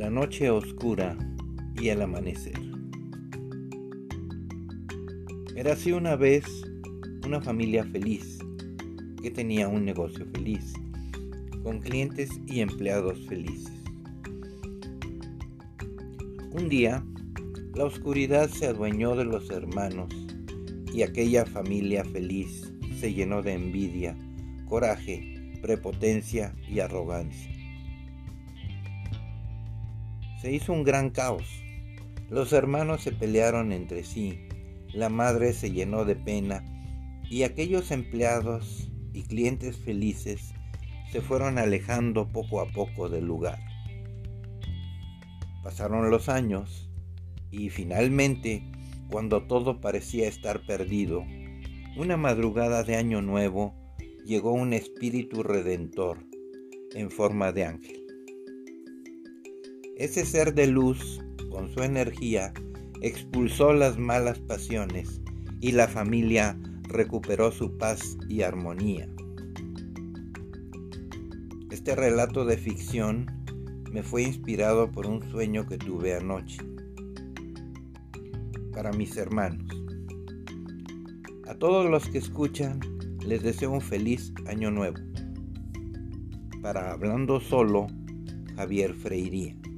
La noche oscura y el amanecer. Érase una vez una familia feliz que tenía un negocio feliz, con clientes y empleados felices. Un día, la oscuridad se adueñó de los hermanos y aquella familia feliz se llenó de envidia, coraje, prepotencia y arrogancia. Se hizo un gran caos. Los hermanos se pelearon entre sí, la madre se llenó de pena y aquellos empleados y clientes felices se fueron alejando poco a poco del lugar. Pasaron los años y finalmente, cuando todo parecía estar perdido, una madrugada de Año Nuevo llegó un espíritu redentor en forma de ángel. Ese ser de luz, con su energía, expulsó las malas pasiones y la familia recuperó su paz y armonía. Este relato de ficción me fue inspirado por un sueño que tuve anoche. Para mis hermanos, a todos los que escuchan, les deseo un feliz año nuevo. Para Hablando Solo, Javier Freiría.